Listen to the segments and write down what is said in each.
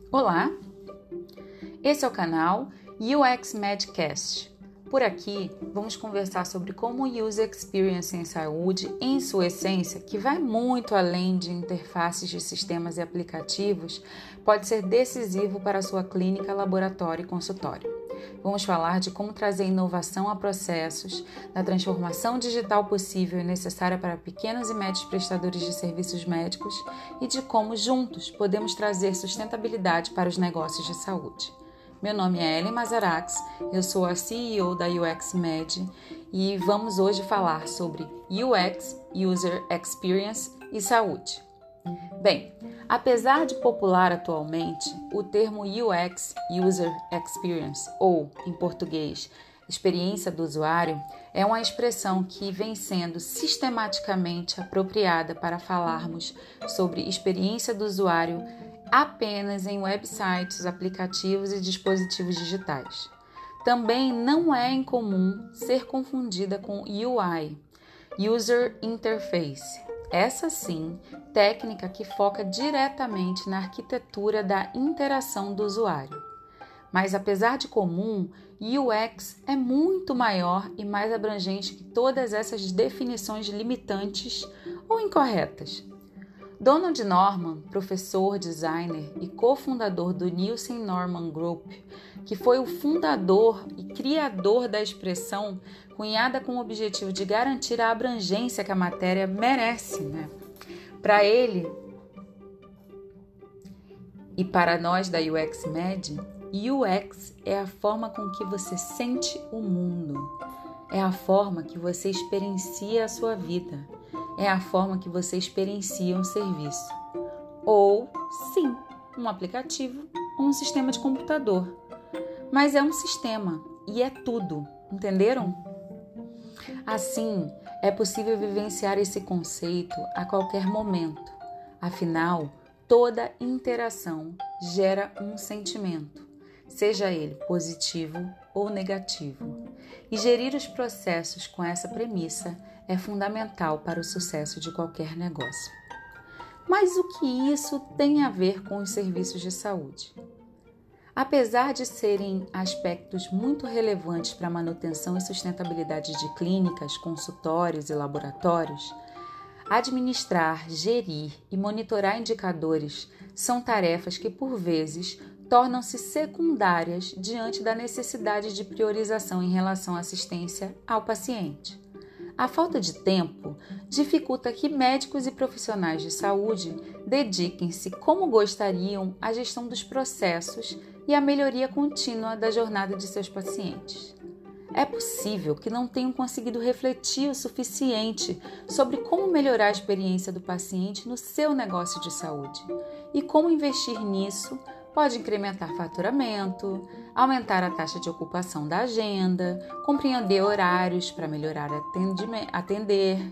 Olá, esse é o canal UX Medcast. Por aqui vamos conversar sobre como o User Experience em saúde, em sua essência, que vai muito além de interfaces de sistemas e aplicativos, pode ser decisivo para a sua clínica, laboratório e consultório. Vamos falar de como trazer inovação a processos, da transformação digital possível e necessária para pequenos e médios prestadores de serviços médicos e de como juntos podemos trazer sustentabilidade para os negócios de saúde. Meu nome é Ellen Mazarax, eu sou a CEO da UX Med e vamos hoje falar sobre UX, User Experience e saúde. Bem, apesar de popular atualmente, o termo UX, User Experience, ou, em português, experiência do usuário, é uma expressão que vem sendo sistematicamente apropriada para falarmos sobre experiência do usuário apenas em websites, aplicativos e dispositivos digitais. Também não é incomum ser confundida com UI, User Interface. Essa sim, técnica que foca diretamente na arquitetura da interação do usuário. Mas apesar de comum, UX é muito maior e mais abrangente que todas essas definições limitantes ou incorretas. Donald Norman, professor, designer e cofundador do Nielsen Norman Group, que foi o fundador e criador da expressão, cunhada com o objetivo de garantir a abrangência que a matéria merece, Para ele e para nós da UX Med, UX é a forma com que você sente o mundo, é a forma que você experiencia a sua vida, é a forma que você experiencia um serviço, ou, sim, um aplicativo ou um sistema de computador. Mas é um sistema e é tudo, entenderam? Assim, é possível vivenciar esse conceito a qualquer momento. Afinal, toda interação gera um sentimento, seja ele positivo ou negativo. E gerir os processos com essa premissa é fundamental para o sucesso de qualquer negócio. Mas o que isso tem a ver com os serviços de saúde? Apesar de serem aspectos muito relevantes para a manutenção e sustentabilidade de clínicas, consultórios e laboratórios, administrar, gerir e monitorar indicadores são tarefas que, por vezes, tornam-se secundárias diante da necessidade de priorização em relação à assistência ao paciente. A falta de tempo dificulta que médicos e profissionais de saúde dediquem-se como gostariam à gestão dos processos e à melhoria contínua da jornada de seus pacientes. É possível que não tenham conseguido refletir o suficiente sobre como melhorar a experiência do paciente no seu negócio de saúde e como investir nisso pode incrementar faturamento, aumentar a taxa de ocupação da agenda, compreender horários para melhorar atender,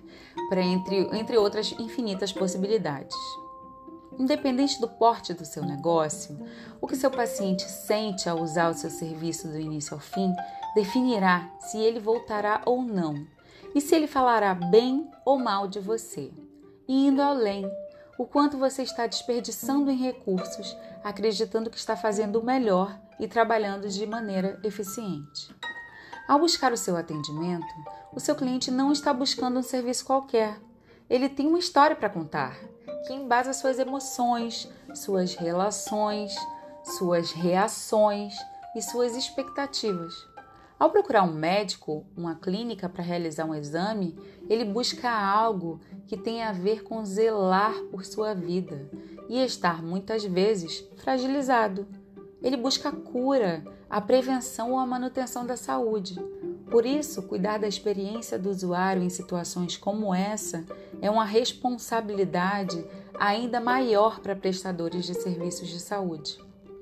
entre outras infinitas possibilidades. Independente do porte do seu negócio, o que seu paciente sente ao usar o seu serviço do início ao fim definirá se ele voltará ou não e se ele falará bem ou mal de você. E indo além, o quanto você está desperdiçando em recursos, acreditando que está fazendo o melhor e trabalhando de maneira eficiente. Ao buscar o seu atendimento, o seu cliente não está buscando um serviço qualquer. Ele tem uma história para contar, que embasa suas emoções, suas relações, suas reações e suas expectativas. Ao procurar um médico, uma clínica para realizar um exame, ele busca algo que tem a ver com zelar por sua vida e estar muitas vezes fragilizado. Ele busca a cura, a prevenção ou a manutenção da saúde. Por isso, cuidar da experiência do usuário em situações como essa é uma responsabilidade ainda maior para prestadores de serviços de saúde.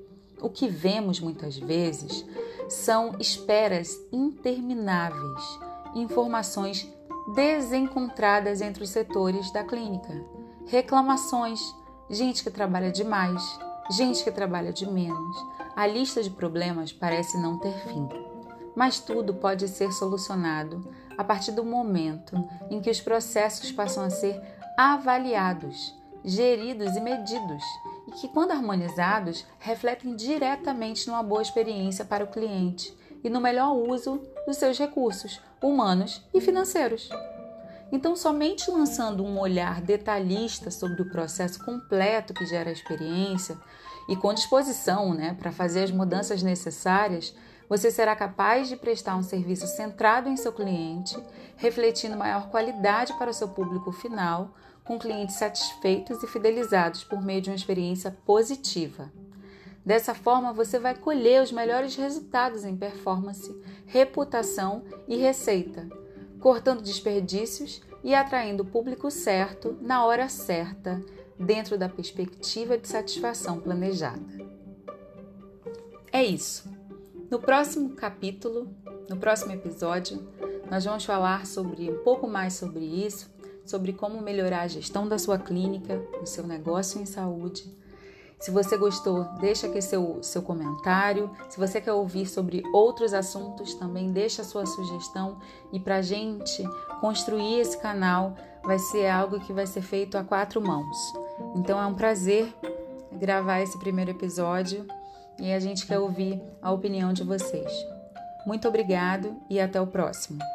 O que vemos muitas vezes são esperas intermináveis, informações desencontradas entre os setores da clínica, reclamações, gente que trabalha demais, gente que trabalha de menos. A lista de problemas parece não ter fim. Mas tudo pode ser solucionado a partir do momento em que os processos passam a ser avaliados, geridos e medidos, e que, quando harmonizados, refletem diretamente numa boa experiência para o cliente e no melhor uso dos seus recursos humanos e financeiros. Então, somente lançando um olhar detalhista sobre o processo completo que gera a experiência e com disposição, para fazer as mudanças necessárias, você será capaz de prestar um serviço centrado em seu cliente, refletindo maior qualidade para o seu público final, com clientes satisfeitos e fidelizados por meio de uma experiência positiva. Dessa forma, você vai colher os melhores resultados em performance, reputação e receita, cortando desperdícios e atraindo o público certo na hora certa, dentro da perspectiva de satisfação planejada. É isso. No próximo capítulo, no próximo episódio, nós vamos falar um pouco mais sobre isso, sobre como melhorar a gestão da sua clínica, do seu negócio em saúde. Se você gostou, deixa aqui seu comentário. Se você quer ouvir sobre outros assuntos, também deixa a sua sugestão. E para a gente construir esse canal, vai ser algo que vai ser feito a 4 mãos. Então é um prazer gravar esse primeiro episódio e a gente quer ouvir a opinião de vocês. Muito obrigado e até o próximo.